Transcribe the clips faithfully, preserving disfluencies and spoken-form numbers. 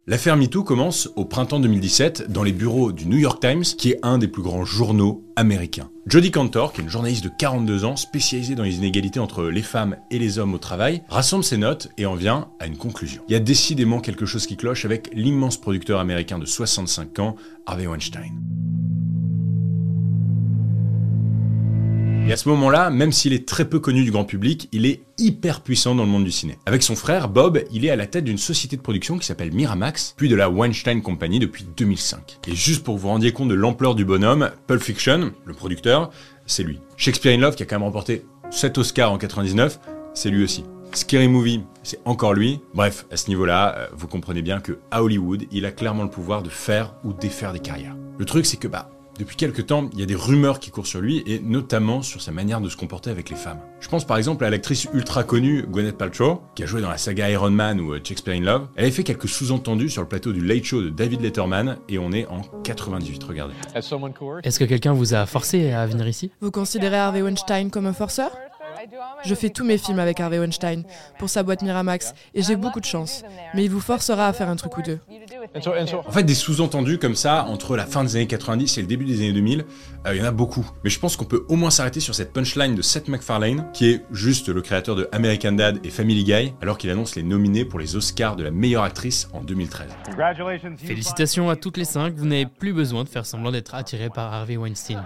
L'affaire MeToo commence au printemps deux mille dix-sept dans les bureaux du New York Times, qui est un des plus grands journaux américains. Jodi Kantor, qui est une journaliste de quarante-deux ans spécialisée dans les inégalités entre les femmes et les hommes au travail, rassemble ses notes et en vient à une conclusion. Il y a décidément quelque chose qui cloche avec l'immense producteur américain de soixante-cinq ans, Harvey Weinstein. Et à ce moment-là, même s'il est très peu connu du grand public, il est hyper puissant dans le monde du ciné. Avec son frère, Bob, il est à la tête d'une société de production qui s'appelle Miramax, puis de la Weinstein Company depuis deux mille cinq. Et juste pour que vous vous rendiez compte de l'ampleur du bonhomme, Pulp Fiction, le producteur, c'est lui. Shakespeare in Love, qui a quand même remporté sept Oscars en quatre-vingt-dix-neuf, c'est lui aussi. Scary Movie, c'est encore lui. Bref, à ce niveau-là, vous comprenez bien que à Hollywood, il a clairement le pouvoir de faire ou défaire des carrières. Le truc, c'est que bah, depuis quelques temps, il y a des rumeurs qui courent sur lui, et notamment sur sa manière de se comporter avec les femmes. Je pense par exemple à l'actrice ultra connue Gwyneth Paltrow, qui a joué dans la saga Iron Man ou Shakespeare in Love. Elle avait fait quelques sous-entendus sur le plateau du Late Show de David Letterman, et on est en quatre-vingt-dix-huit, regardez. Est-ce que quelqu'un vous a forcé à venir ici? Vous considérez Harvey Weinstein comme un forceur? Je fais tous mes films avec Harvey Weinstein, pour sa boîte Miramax, et j'ai beaucoup de chance. Mais il vous forcera à faire un truc ou deux. En fait, des sous-entendus comme ça, entre la fin des années quatre-vingt-dix et le début des années deux mille, il euh, y en a beaucoup. Mais je pense qu'on peut au moins s'arrêter sur cette punchline de Seth MacFarlane, qui est juste le créateur de American Dad et Family Guy, alors qu'il annonce les nominés pour les Oscars de la meilleure actrice en deux mille treize. Félicitations à toutes les cinq, vous n'avez plus besoin de faire semblant d'être attiré par Harvey Weinstein.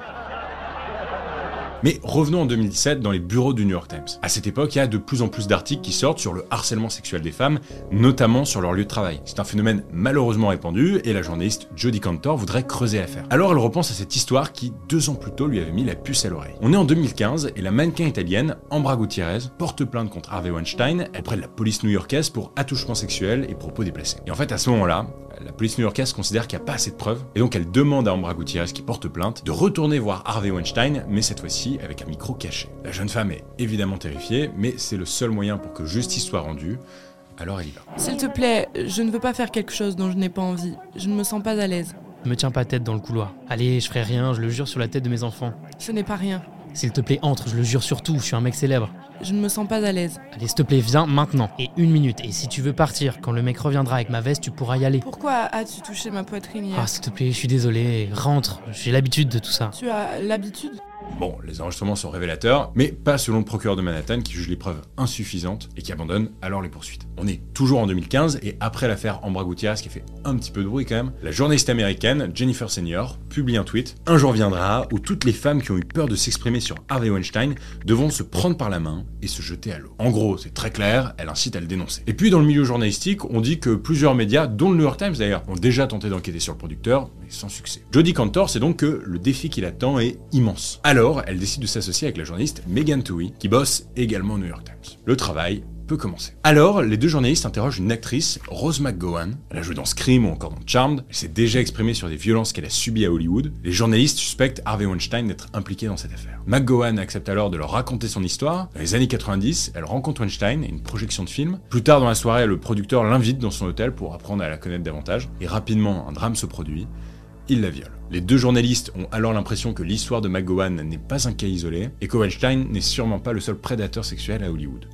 Mais revenons en deux mille dix-sept dans les bureaux du New York Times. À cette époque, il y a de plus en plus d'articles qui sortent sur le harcèlement sexuel des femmes, notamment sur leur lieu de travail. C'est un phénomène malheureusement répandu, et la journaliste Jodi Kantor voudrait creuser l'affaire. Alors elle repense à cette histoire qui, deux ans plus tôt, lui avait mis la puce à l'oreille. On est en deux mille quinze, et la mannequin italienne, Ambra Gutierrez, porte plainte contre Harvey Weinstein auprès de la police new-yorkaise pour attouchement sexuel et propos déplacés. Et en fait, à ce moment-là, la police new-yorkaise considère qu'il n'y a pas assez de preuves, et donc elle demande à Ambra Gutierrez, qui porte plainte, de retourner voir Harvey Weinstein, mais cette fois-ci avec un micro caché. La jeune femme est évidemment terrifiée, mais c'est le seul moyen pour que justice soit rendue, alors elle y va. S'il te plaît, je ne veux pas faire quelque chose dont je n'ai pas envie. Je ne me sens pas à l'aise. Me tiens pas tête dans le couloir. Allez, je ferai rien, je le jure sur la tête de mes enfants. Ce n'est pas rien. S'il te plaît, entre, je le jure sur tout, je suis un mec célèbre. Je ne me sens pas à l'aise. Allez, s'il te plaît, viens maintenant. Et une minute. Et si tu veux partir, quand le mec reviendra avec ma veste, tu pourras y aller. Pourquoi as-tu touché ma poitrine hier? Ah, s'il te plaît, je suis désolé. Rentre, j'ai l'habitude de tout ça. Tu as l'habitude? Bon, les enregistrements sont révélateurs, mais pas selon le procureur de Manhattan qui juge les preuves insuffisantes et qui abandonne alors les poursuites. On est toujours en deux mille quinze et après l'affaire Ambra Gutierrez qui a fait un petit peu de bruit quand même, la journaliste américaine Jennifer Senior publie un tweet. Un jour viendra où toutes les femmes qui ont eu peur de s'exprimer sur Harvey Weinstein devront se prendre par la main et se jeter à l'eau. En gros, c'est très clair, elle incite à le dénoncer. Et puis dans le milieu journalistique, on dit que plusieurs médias, dont le New York Times d'ailleurs, ont déjà tenté d'enquêter sur le producteur, mais sans succès. Jodi Kantor sait donc que le défi qui l'attend est immense. Alors, elle décide de s'associer avec la journaliste Megan Twohey, qui bosse également au New York Times. Le travail peut commencer. Alors, les deux journalistes interrogent une actrice, Rose McGowan. Elle a joué dans Scream ou encore dans Charmed. Elle s'est déjà exprimée sur des violences qu'elle a subies à Hollywood. Les journalistes suspectent Harvey Weinstein d'être impliqué dans cette affaire. McGowan accepte alors de leur raconter son histoire. Dans les années quatre-vingt-dix, elle rencontre Weinstein et une projection de film. Plus tard dans la soirée, le producteur l'invite dans son hôtel pour apprendre à la connaître davantage. Et rapidement, un drame se produit. Il la viole. Les deux journalistes ont alors l'impression que l'histoire de McGowan n'est pas un cas isolé et que Weinstein n'est sûrement pas le seul prédateur sexuel à Hollywood.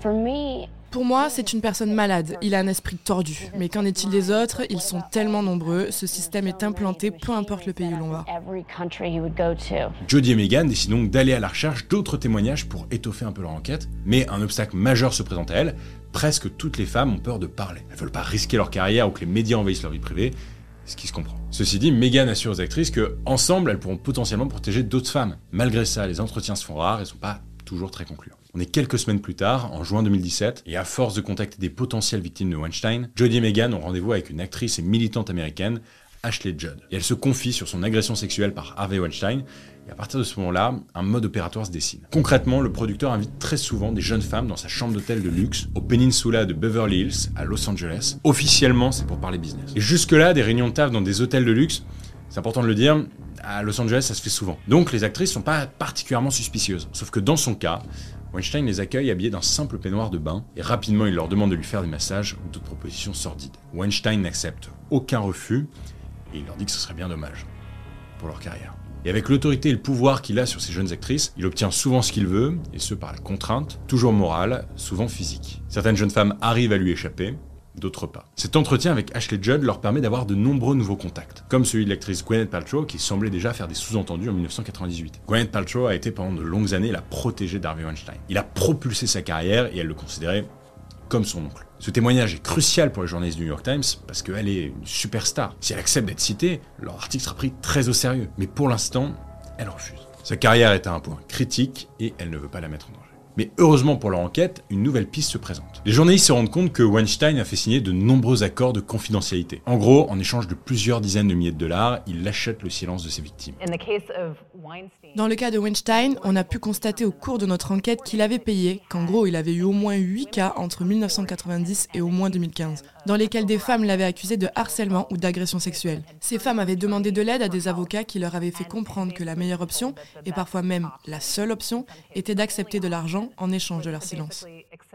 Pour moi, c'est une personne malade. Il a un esprit tordu. Mais qu'en est-il des autres? Ils sont tellement nombreux. Ce système est implanté, peu importe le pays où l'on va. Jodi et Megan décident donc d'aller à la recherche d'autres témoignages pour étoffer un peu leur enquête. Mais un obstacle majeur se présente à elles. Presque toutes les femmes ont peur de parler. Elles veulent pas risquer leur carrière ou que les médias envahissent leur vie privée. Ce qui se comprend. Ceci dit, Megan assure aux actrices que, ensemble, elles pourront potentiellement protéger d'autres femmes. Malgré ça, les entretiens se font rares et sont pas toujours très concluants. On est quelques semaines plus tard, en juin deux mille dix-sept, et à force de contacter des potentielles victimes de Weinstein, Jodi et Megan ont rendez-vous avec une actrice et militante américaine, Ashley Judd. Et elle se confie sur son agression sexuelle par Harvey Weinstein, et à partir de ce moment-là, un mode opératoire se dessine. Concrètement, le producteur invite très souvent des jeunes femmes dans sa chambre d'hôtel de luxe, au Peninsula de Beverly Hills, à Los Angeles. Officiellement, c'est pour parler business. Et jusque-là, des réunions de taf dans des hôtels de luxe, c'est important de le dire, à Los Angeles, ça se fait souvent. Donc les actrices sont pas particulièrement suspicieuses. Sauf que dans son cas, Weinstein les accueille habillés d'un simple peignoir de bain, et rapidement il leur demande de lui faire des massages ou d'autres propositions sordides. Weinstein n'accepte aucun refus, et il leur dit que ce serait bien dommage pour leur carrière. Et avec l'autorité et le pouvoir qu'il a sur ces jeunes actrices, il obtient souvent ce qu'il veut, et ce par la contrainte, toujours morale, souvent physique. Certaines jeunes femmes arrivent à lui échapper, d'autres pas. Cet entretien avec Ashley Judd leur permet d'avoir de nombreux nouveaux contacts, comme celui de l'actrice Gwyneth Paltrow qui semblait déjà faire des sous-entendus en mille neuf cent quatre-vingt-dix-huit. Gwyneth Paltrow a été pendant de longues années la protégée d'Harvey Weinstein. Il a propulsé sa carrière et elle le considérait comme son oncle. Ce témoignage est crucial pour les journalistes du New York Times parce qu'elle est une superstar. Si elle accepte d'être citée, leur article sera pris très au sérieux. Mais pour l'instant, elle refuse. Sa carrière est à un point critique et elle ne veut pas la mettre en danger. Mais heureusement pour leur enquête, une nouvelle piste se présente. Les journalistes se rendent compte que Weinstein a fait signer de nombreux accords de confidentialité. En gros, en échange de plusieurs dizaines de milliers de dollars, il achète le silence de ses victimes. Dans le cas de Weinstein, on a pu constater au cours de notre enquête qu'il avait payé, qu'en gros il avait eu au moins huit cas entre mille neuf cent quatre-vingt-dix et au moins deux mille quinze, dans lesquels des femmes l'avaient accusé de harcèlement ou d'agression sexuelle. Ces femmes avaient demandé de l'aide à des avocats qui leur avaient fait comprendre que la meilleure option, et parfois même la seule option, était d'accepter de l'argent en échange de leur silence.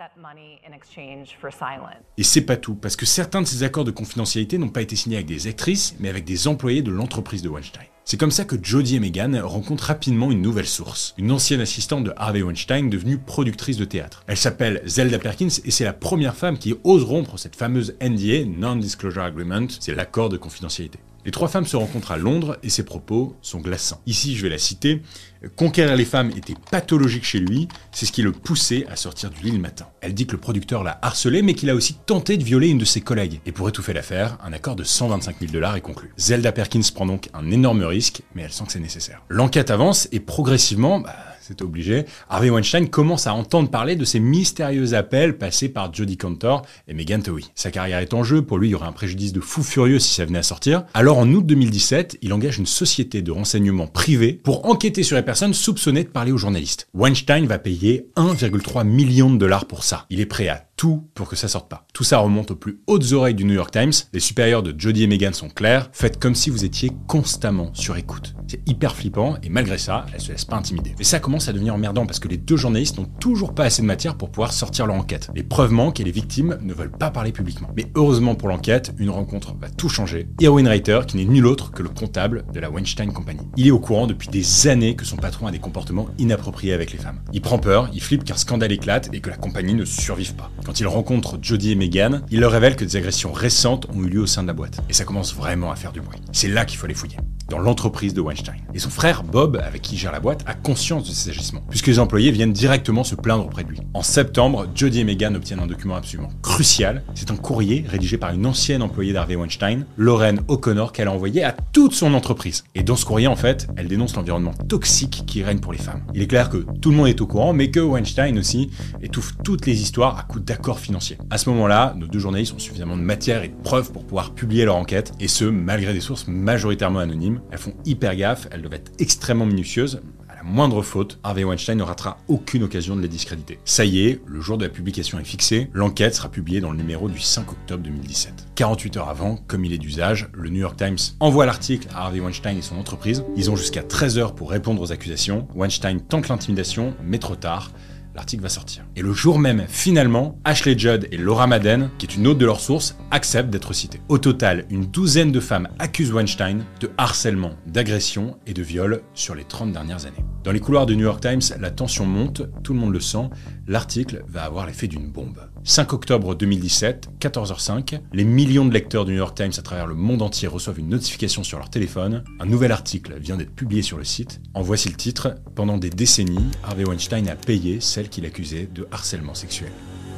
Et c'est pas tout, parce que certains de ces accords de confidentialité n'ont pas été signés avec des actrices, mais avec des employés de l'entreprise de Weinstein. C'est comme ça que Jodie et Megan rencontrent rapidement une nouvelle source, une ancienne assistante de Harvey Weinstein devenue productrice de théâtre. Elle s'appelle Zelda Perkins et c'est la première femme qui ose rompre cette fameuse N D A, Non-Disclosure Agreement, c'est l'accord de confidentialité. Les trois femmes se rencontrent à Londres et ses propos sont glaçants. Ici, je vais la citer, « Conquérir les femmes était pathologique chez lui, c'est ce qui le poussait à sortir du lit le matin. » Elle dit que le producteur l'a harcelé, mais qu'il a aussi tenté de violer une de ses collègues. Et pour étouffer l'affaire, un accord de cent vingt-cinq mille dollars est conclu. Zelda Perkins prend donc un énorme risque, mais elle sent que c'est nécessaire. L'enquête avance et progressivement, bah, c'est obligé, Harvey Weinstein commence à entendre parler de ces mystérieux appels passés par Jodie Cantor et Megan Twohey. Sa carrière est en jeu, pour lui il y aurait un préjudice de fou furieux si ça venait à sortir. Alors en août deux mille dix-sept, il engage une société de renseignement privée pour enquêter sur les personnes soupçonnées de parler aux journalistes. Weinstein va payer un virgule trois million de dollars pour ça. Il est prêt à tout pour que ça sorte pas. Tout ça remonte aux plus hautes oreilles du New York Times. Les supérieurs de Jodie et Megan sont clairs. Faites comme si vous étiez constamment sur écoute. C'est hyper flippant et malgré ça, elles se laissent pas intimider. Mais ça commence à devenir emmerdant parce que les deux journalistes n'ont toujours pas assez de matière pour pouvoir sortir leur enquête. Les preuves manquent et les victimes ne veulent pas parler publiquement. Mais heureusement pour l'enquête, une rencontre va tout changer. Erwin Reiter, qui n'est nul autre que le comptable de la Weinstein Company. Il est au courant depuis des années que son patron a des comportements inappropriés avec les femmes. Il prend peur, il flippe qu'un scandale éclate et que la compagnie ne survive pas. Quand il rencontre Jodie et Megan, il leur révèle que des agressions récentes ont eu lieu au sein de la boîte. Et ça commence vraiment à faire du bruit. C'est là qu'il faut les fouiller. Dans l'entreprise de Weinstein. Et son frère Bob, avec qui il gère la boîte, a conscience de ces agissements, puisque les employés viennent directement se plaindre auprès de lui. En septembre, Jodie et Megan obtiennent un document absolument crucial. C'est un courrier rédigé par une ancienne employée d'Harvey Weinstein, Lauren O'Connor, qu'elle a envoyé à toute son entreprise. Et dans ce courrier, en fait, elle dénonce l'environnement toxique qui règne pour les femmes. Il est clair que tout le monde est au courant, mais que Weinstein aussi étouffe toutes les histoires à coups d'accords financiers. À ce moment-là, nos deux journalistes ont suffisamment de matière et de preuves pour pouvoir publier leur enquête, et ce, malgré des sources majoritairement anonymes. Elles font hyper gaffe, elles doivent être extrêmement minutieuses. À la moindre faute, Harvey Weinstein ne ratera aucune occasion de les discréditer. Ça y est, le jour de la publication est fixé, l'enquête sera publiée dans le numéro du cinq octobre deux mille dix-sept. quarante-huit heures avant, comme il est d'usage, le New York Times envoie l'article à Harvey Weinstein et son entreprise. Ils ont jusqu'à treize heures pour répondre aux accusations. Weinstein tente l'intimidation, mais trop tard. L'article va sortir. Et le jour même, finalement, Ashley Judd et Laura Madden, qui est une autre de leurs sources, acceptent d'être citées. Au total, une douzaine de femmes accusent Weinstein de harcèlement, d'agression et de viol sur les trente dernières années. Dans les couloirs du New York Times, la tension monte, tout le monde le sent, l'article va avoir l'effet d'une bombe. cinq octobre deux mille dix-sept, quatorze heures cinq, les millions de lecteurs du New York Times à travers le monde entier reçoivent une notification sur leur téléphone. Un nouvel article vient d'être publié sur le site. En voici le titre. Pendant des décennies, Harvey Weinstein a payé celle qu'il accusait de harcèlement sexuel.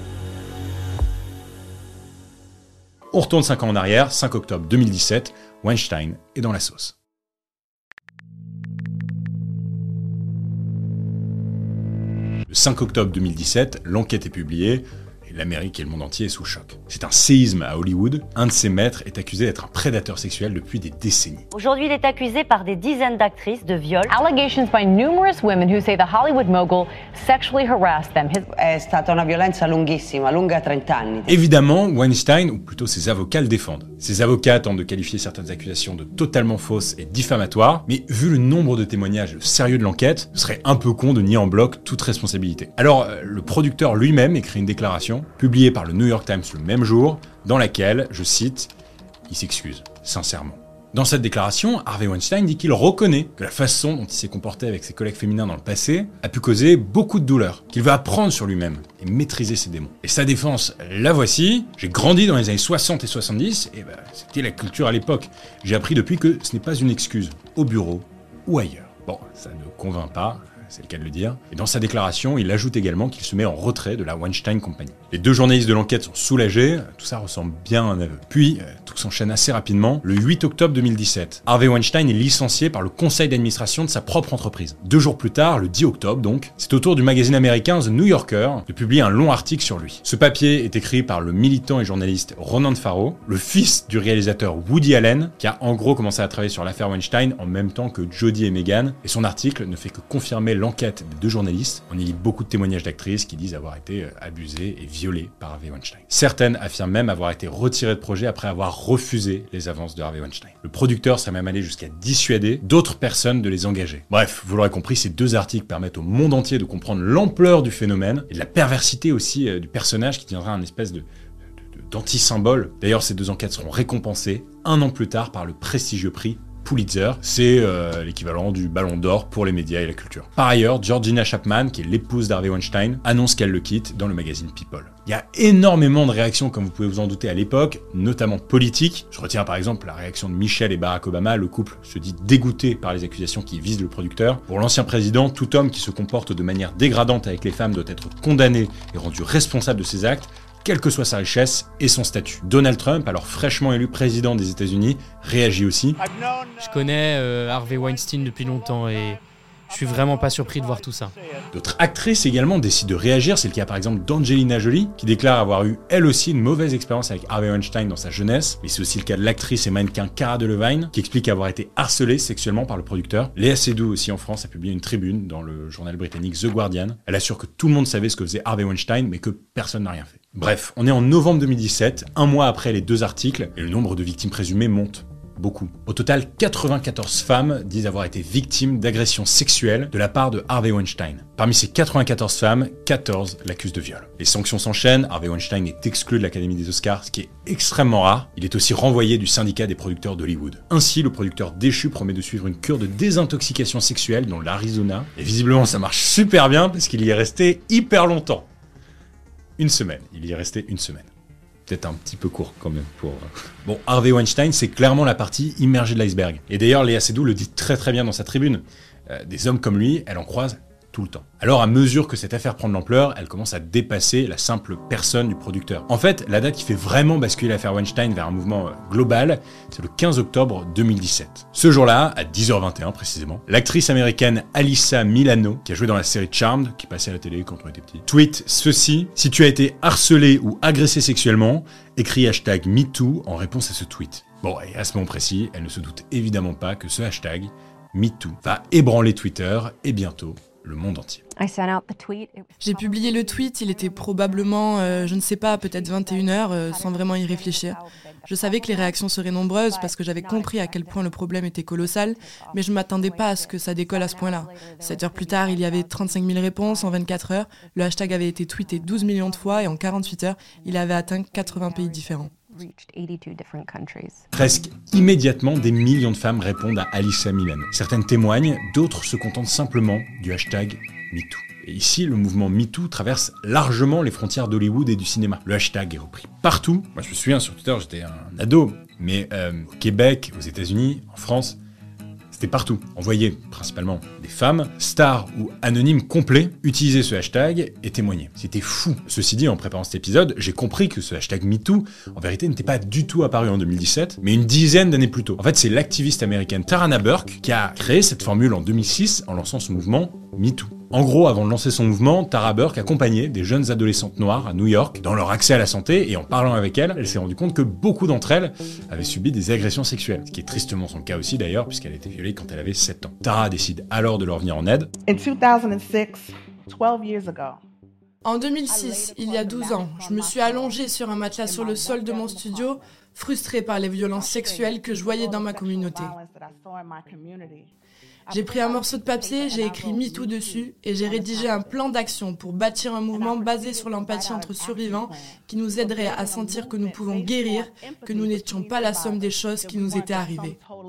On retourne cinq ans en arrière, cinq octobre deux mille dix-sept, Weinstein est dans la sauce. Le cinq octobre deux mille dix-sept, l'enquête est publiée. L'Amérique et le monde entier est sous choc. C'est un séisme à Hollywood. Un de ses maîtres est accusé d'être un prédateur sexuel depuis des décennies. Aujourd'hui, il est accusé par des dizaines d'actrices de viol. Allegations by numerous women who say the Hollywood mogul sexually harassed them. His... È stata una violenza lunghissima, lunga trenta anni. Évidemment, Weinstein, ou plutôt ses avocats, le défendent. Ses avocats tentent de qualifier certaines accusations de totalement fausses et diffamatoires, mais vu le nombre de témoignages et le sérieux de l'enquête, ce serait un peu con de nier en bloc toute responsabilité. Alors, le producteur lui-même écrit une déclaration publiée par le New York Times le même jour, dans laquelle, je cite, il s'excuse, sincèrement. Dans cette déclaration, Harvey Weinstein dit qu'il reconnaît que la façon dont il s'est comporté avec ses collègues féminins dans le passé a pu causer beaucoup de douleur, qu'il veut apprendre sur lui-même et maîtriser ses démons. Et sa défense, la voici. J'ai grandi dans les années soixante et soixante-dix, et ben, c'était la culture à l'époque. J'ai appris depuis que ce n'est pas une excuse, au bureau ou ailleurs. Bon, ça ne convainc pas, c'est le cas de le dire. Et dans sa déclaration, il ajoute également qu'il se met en retrait de la Weinstein Company. Les deux journalistes de l'enquête sont soulagés, tout ça ressemble bien à un aveu. Puis, euh, tout s'enchaîne assez rapidement. Le huit octobre deux mille dix-sept, Harvey Weinstein est licencié par le conseil d'administration de sa propre entreprise. Deux jours plus tard, le dix octobre donc, c'est au tour du magazine américain The New Yorker de publier un long article sur lui. Ce papier est écrit par le militant et journaliste Ronan Farrow, le fils du réalisateur Woody Allen, qui a en gros commencé à travailler sur l'affaire Weinstein en même temps que Jody et Meghan, et son article ne fait que confirmer l'enquête des deux journalistes. On y lit beaucoup de témoignages d'actrices qui disent avoir été abusées et violées par Harvey Weinstein. Certaines affirment même avoir été retirées de projet après avoir refusé les avances de Harvey Weinstein. Le producteur serait même allé jusqu'à dissuader d'autres personnes de les engager. Bref, vous l'aurez compris, ces deux articles permettent au monde entier de comprendre l'ampleur du phénomène et de la perversité aussi euh, du personnage qui deviendra un espèce de, de, de, d'anti-symbole. D'ailleurs, ces deux enquêtes seront récompensées un an plus tard par le prestigieux prix Pulitzer, c'est euh, l'équivalent du Ballon d'Or pour les médias et la culture. Par ailleurs, Georgina Chapman, qui est l'épouse d'Harvey Weinstein, annonce qu'elle le quitte dans le magazine People. Il y a énormément de réactions, comme vous pouvez vous en douter, à l'époque, notamment politiques. Je retiens par exemple la réaction de Michelle et Barack Obama. Le couple se dit dégoûté par les accusations qui visent le producteur. Pour l'ancien président, tout homme qui se comporte de manière dégradante avec les femmes doit être condamné et rendu responsable de ses actes, quelle que soit sa richesse et son statut. Donald Trump, alors fraîchement élu président des États-Unis, réagit aussi. Je connais euh, Harvey Weinstein depuis longtemps et je suis vraiment pas surpris de voir tout ça. D'autres actrices également décident de réagir. C'est le cas par exemple d'Angelina Jolie, qui déclare avoir eu elle aussi une mauvaise expérience avec Harvey Weinstein dans sa jeunesse. Mais c'est aussi le cas de l'actrice et mannequin Cara Delevingne, qui explique avoir été harcelée sexuellement par le producteur. Léa Seydoux aussi en France a publié une tribune dans le journal britannique The Guardian. Elle assure que tout le monde savait ce que faisait Harvey Weinstein, mais que personne n'a rien fait. Bref, on est en novembre deux mille dix-sept, un mois après les deux articles, et le nombre de victimes présumées monte. Beaucoup. Au total, quatre-vingt-quatorze femmes disent avoir été victimes d'agressions sexuelles de la part de Harvey Weinstein. Parmi ces quatre-vingt-quatorze femmes, quatorze l'accusent de viol. Les sanctions s'enchaînent, Harvey Weinstein est exclu de l'Académie des Oscars, ce qui est extrêmement rare. Il est aussi renvoyé du syndicat des producteurs d'Hollywood. Ainsi, le producteur déchu promet de suivre une cure de désintoxication sexuelle dans l'Arizona. Et visiblement, ça marche super bien parce qu'il y est resté hyper longtemps. Une semaine. Il y est resté une semaine. Peut-être un petit peu court quand même pour... Bon, Harvey Weinstein, c'est clairement la partie immergée de l'iceberg. Et d'ailleurs, Léa Seydoux le dit très très bien dans sa tribune. Euh, des hommes comme lui, elle en croise tout le temps. Alors à mesure que cette affaire prend de l'ampleur, elle commence à dépasser la simple personne du producteur. En fait, la date qui fait vraiment basculer l'affaire Weinstein vers un mouvement global, c'est le quinze octobre deux mille dix-sept. Ce jour-là, à dix heures vingt et un précisément, l'actrice américaine Alyssa Milano, qui a joué dans la série Charmed, qui passait à la télé quand on était petit, tweet ceci: si tu as été harcelé ou agressé sexuellement, écris hashtag MeToo en réponse à ce tweet. Bon, et à ce moment précis, elle ne se doute évidemment pas que ce hashtag MeToo va ébranler Twitter et bientôt le monde entier. J'ai publié le tweet, il était probablement, euh, je ne sais pas, peut-être vingt et une heures, euh, sans vraiment y réfléchir. Je savais que les réactions seraient nombreuses parce que j'avais compris à quel point le problème était colossal, mais je ne m'attendais pas à ce que ça décolle à ce point-là. Sept heures plus tard, il y avait trente-cinq mille réponses en vingt-quatre heures, le hashtag avait été tweeté douze millions de fois et en quarante-huit heures, il avait atteint quatre-vingts pays différents. Presque immédiatement, des millions de femmes répondent à Alyssa Milano. Certaines témoignent, d'autres se contentent simplement du hashtag MeToo. Et ici, le mouvement MeToo traverse largement les frontières d'Hollywood et du cinéma. Le hashtag est repris partout. Moi, je me souviens, sur Twitter, j'étais un ado, mais euh, au Québec, aux États-Unis, en France, c'était partout. On voyait principalement des femmes, stars ou anonymes complets, utiliser ce hashtag et témoigner. C'était fou. Ceci dit, en préparant cet épisode, j'ai compris que ce hashtag MeToo, en vérité, n'était pas du tout apparu en deux mille dix-sept, mais une dizaine d'années plus tôt. En fait, c'est l'activiste américaine Tarana Burke qui a créé cette formule en deux mille six en lançant ce mouvement MeToo. En gros, avant de lancer son mouvement, Tara Burke accompagnait des jeunes adolescentes noires à New York dans leur accès à la santé, et en parlant avec elles, elle s'est rendue compte que beaucoup d'entre elles avaient subi des agressions sexuelles, ce qui est tristement son cas aussi d'ailleurs, puisqu'elle a été violée quand elle avait sept ans. Tara décide alors de leur venir en aide. In two thousand six, twelve years ago. En deux mille six, il y a douze ans, je me suis allongée sur un matelas sur le sol de mon studio, frustrée par les violences sexuelles que je voyais dans ma communauté. J'ai pris un morceau de papier, j'ai écrit MeToo dessus et j'ai rédigé un plan d'action pour bâtir un mouvement basé sur l'empathie entre survivants qui nous aiderait à sentir que nous pouvons guérir, que nous n'étions pas la somme des choses qui nous étaient arrivées.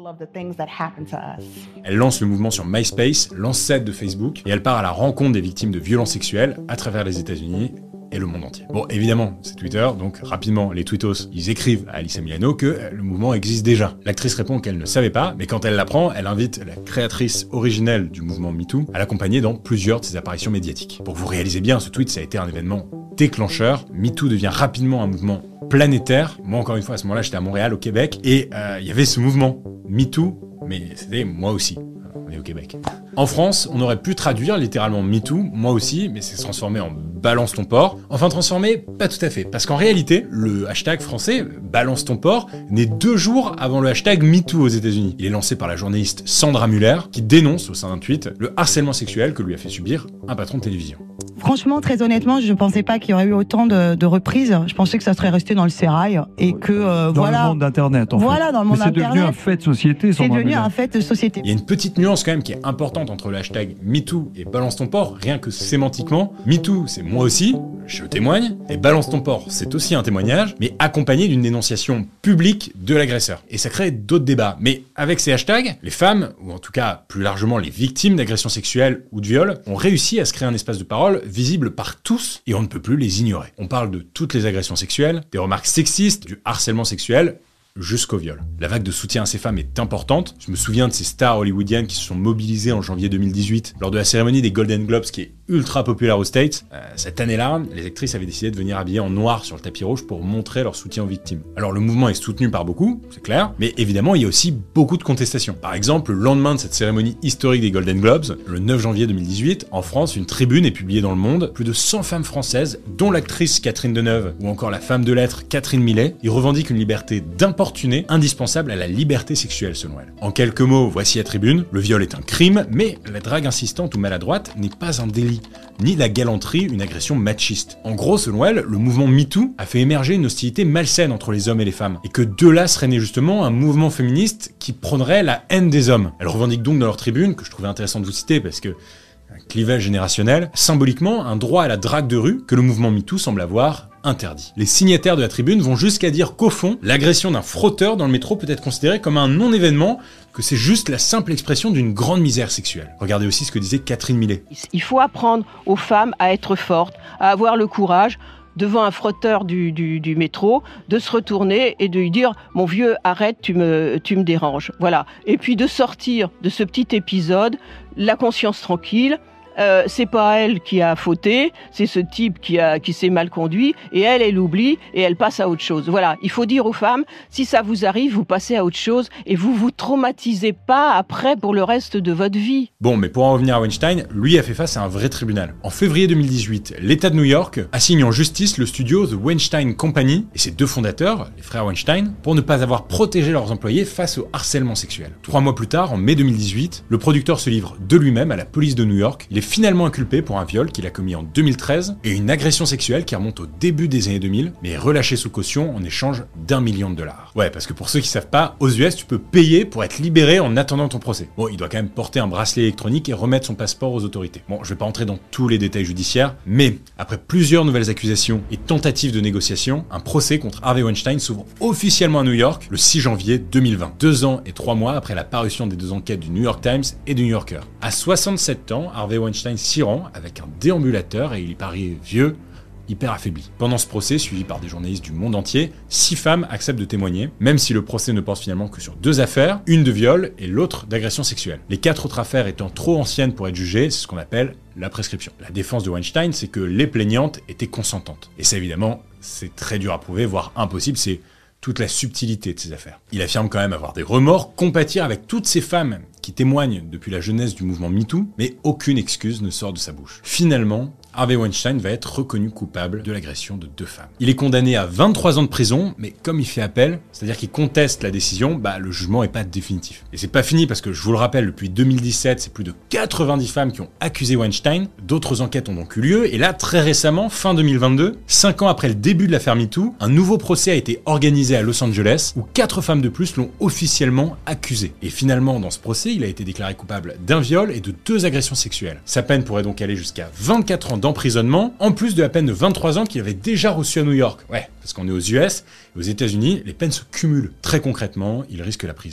Elle lance le mouvement sur MySpace, l'ancêtre de Facebook, et elle part à la rencontre des victimes de violences sexuelles à travers les États-Unis et le monde entier. Bon, évidemment, c'est Twitter, donc rapidement, les tweetos, ils écrivent à Alyssa Milano que le mouvement existe déjà. L'actrice répond qu'elle ne savait pas, mais quand elle l'apprend, elle invite la créatrice originelle du mouvement MeToo à l'accompagner dans plusieurs de ses apparitions médiatiques. Pour que vous réalisez bien, ce tweet, ça a été un événement déclencheur. MeToo devient rapidement un mouvement planétaire. Moi, encore une fois, à ce moment-là, j'étais à Montréal, au Québec, et euh, il y avait ce mouvement MeToo, mais c'était moi aussi. On est au Québec. En France, on aurait pu traduire littéralement MeToo, moi aussi, mais c'est transformé en balance ton porc. Enfin transformé, pas tout à fait. Parce qu'en réalité, le hashtag français, balance ton porc, naît deux jours avant le hashtag MeToo aux États-Unis. Il est lancé par la journaliste Sandra Muller, qui dénonce au sein d'un tweet le harcèlement sexuel que lui a fait subir un patron de télévision. Franchement, très honnêtement, je ne pensais pas qu'il y aurait eu autant de, de reprises. Je pensais que ça serait resté dans le sérail et que euh, dans voilà. Dans le monde d'Internet, en voilà, fait. dans le monde Mais c'est d'Internet. devenu un fait de société. C'est devenu un fait de société. Il y a une petite nuance quand même qui est importante entre le hashtag MeToo et balance ton porc, rien que sémantiquement. MeToo, c'est moi aussi, je témoigne, et balance ton porc, c'est aussi un témoignage, mais accompagné d'une dénonciation publique de l'agresseur. Et ça crée d'autres débats. Mais avec ces hashtags, les femmes, ou en tout cas plus largement les victimes d'agressions sexuelles ou de viols, ont réussi à se créer un espace de parole visible par tous, et on ne peut plus les ignorer. On parle de toutes les agressions sexuelles, des remarques sexistes, du harcèlement sexuel, jusqu'au viol. La vague de soutien à ces femmes est importante. Je me souviens de ces stars hollywoodiennes qui se sont mobilisées en janvier deux mille dix-huit lors de la cérémonie des Golden Globes qui est ultra populaire aux States. Euh, cette année-là, les actrices avaient décidé de venir habillées en noir sur le tapis rouge pour montrer leur soutien aux victimes. Alors le mouvement est soutenu par beaucoup, c'est clair, mais évidemment il y a aussi beaucoup de contestations. Par exemple, le lendemain de cette cérémonie historique des Golden Globes, le neuf janvier deux mille dix-huit, en France, une tribune est publiée dans Le Monde. Plus de cent femmes françaises, dont l'actrice Catherine Deneuve ou encore la femme de lettres Catherine Millet, y revendiquent une liberté d'importuner indispensable à la liberté sexuelle selon elle. En quelques mots, voici la tribune. Le viol est un crime, mais la drague insistante ou maladroite n'est pas un délit, ni la galanterie une agression machiste. En gros, selon elle, le mouvement MeToo a fait émerger une hostilité malsaine entre les hommes et les femmes, et que de là serait né justement un mouvement féministe qui prônerait la haine des hommes. Elle revendique donc dans leur tribune, que je trouvais intéressant de vous citer parce que un clivage générationnel, symboliquement un droit à la drague de rue que le mouvement MeToo semble avoir interdit. Les signataires de la tribune vont jusqu'à dire qu'au fond, l'agression d'un frotteur dans le métro peut être considérée comme un non-événement, que c'est juste la simple expression d'une grande misère sexuelle. Regardez aussi ce que disait Catherine Millet. Il faut apprendre aux femmes à être fortes, à avoir le courage, devant un frotteur du, du, du métro, de se retourner et de lui dire « Mon vieux, arrête, tu me, tu me déranges ». Voilà. Et puis de sortir de ce petit épisode, la conscience tranquille. Euh, c'est pas elle qui a fauté, c'est ce type qui a qui s'est mal conduit, et elle, elle oublie et elle passe à autre chose. Voilà, il faut dire aux femmes, si ça vous arrive, vous passez à autre chose et vous vous traumatisez pas après pour le reste de votre vie. Bon, mais pour en revenir à Weinstein, lui a fait face à un vrai tribunal. En février deux mille dix-huit, l'État de New York assigne en justice le studio The Weinstein Company et ses deux fondateurs, les frères Weinstein, pour ne pas avoir protégé leurs employés face au harcèlement sexuel. Trois mois plus tard, en mai deux mille dix-huit, le producteur se livre de lui-même à la police de New York. Il est finalement inculpé pour un viol qu'il a commis en deux mille treize et une agression sexuelle qui remonte au début des années deux mille, mais est relâché sous caution en échange d'un million de dollars. Ouais, parce que pour ceux qui savent pas, aux U S, tu peux payer pour être libéré en attendant ton procès. Bon, il doit quand même porter un bracelet électronique et remettre son passeport aux autorités. Bon, je vais pas entrer dans tous les détails judiciaires, mais après plusieurs nouvelles accusations et tentatives de négociation, un procès contre Harvey Weinstein s'ouvre officiellement à New York le six janvier deux mille vingt, deux ans et trois mois après la parution des deux enquêtes du New York Times et du New Yorker. À soixante-sept ans, Harvey Weinstein s'y rend avec un déambulateur et il y paraît vieux, hyper affaibli. Pendant ce procès, suivi par des journalistes du monde entier, six femmes acceptent de témoigner, même si le procès ne porte finalement que sur deux affaires, une de viol et l'autre d'agression sexuelle. Les quatre autres affaires étant trop anciennes pour être jugées, c'est ce qu'on appelle la prescription. La défense de Weinstein, c'est que les plaignantes étaient consentantes. Et ça, évidemment, c'est très dur à prouver, voire impossible, c'est toute la subtilité de ces affaires. Il affirme quand même avoir des remords, compatir avec toutes ces femmes qui témoignent depuis la jeunesse du mouvement MeToo, mais aucune excuse ne sort de sa bouche. Finalement, Harvey Weinstein va être reconnu coupable de l'agression de deux femmes. Il est condamné à vingt-trois ans de prison, mais comme il fait appel, c'est-à-dire qu'il conteste la décision, bah le jugement est pas définitif. Et c'est pas fini parce que je vous le rappelle, depuis deux mille dix-sept, c'est plus de quatre-vingt-dix femmes qui ont accusé Weinstein. D'autres enquêtes ont donc eu lieu, et là, très récemment, fin deux mille vingt-deux, cinq ans après le début de l'affaire MeToo, un nouveau procès a été organisé à Los Angeles, où quatre femmes de plus l'ont officiellement accusé. Et finalement, dans ce procès, il a été déclaré coupable d'un viol et de deux agressions sexuelles. Sa peine pourrait donc aller jusqu'à vingt-quatre ans d'emprisonnement, en plus de la peine de vingt-trois ans qu'il avait déjà reçue à New York. Ouais, parce qu'on est aux U S, et aux États-Unis, les peines se cumulent. Très concrètement, il risque la prison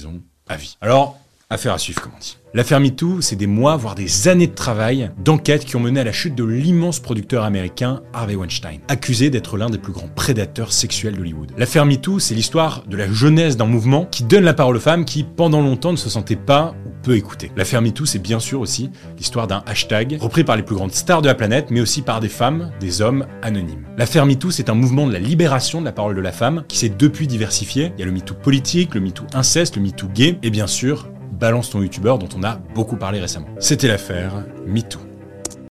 à vie. Alors, affaire à suivre, comme on dit. L'affaire MeToo, c'est des mois, voire des années de travail, d'enquête qui ont mené à la chute de l'immense producteur américain Harvey Weinstein, accusé d'être l'un des plus grands prédateurs sexuels d'Hollywood. L'affaire MeToo, c'est l'histoire de la jeunesse d'un mouvement qui donne la parole aux femmes qui, pendant longtemps, ne se sentaient pas ou peu écoutées. L'affaire MeToo, c'est bien sûr aussi l'histoire d'un hashtag repris par les plus grandes stars de la planète, mais aussi par des femmes, des hommes anonymes. L'affaire MeToo, c'est un mouvement de la libération de la parole de la femme qui s'est depuis diversifié. Il y a le MeToo politique, le MeToo inceste, le MeToo gay, et bien sûr, balance ton youtubeur dont on a beaucoup parlé récemment. C'était l'affaire MeToo.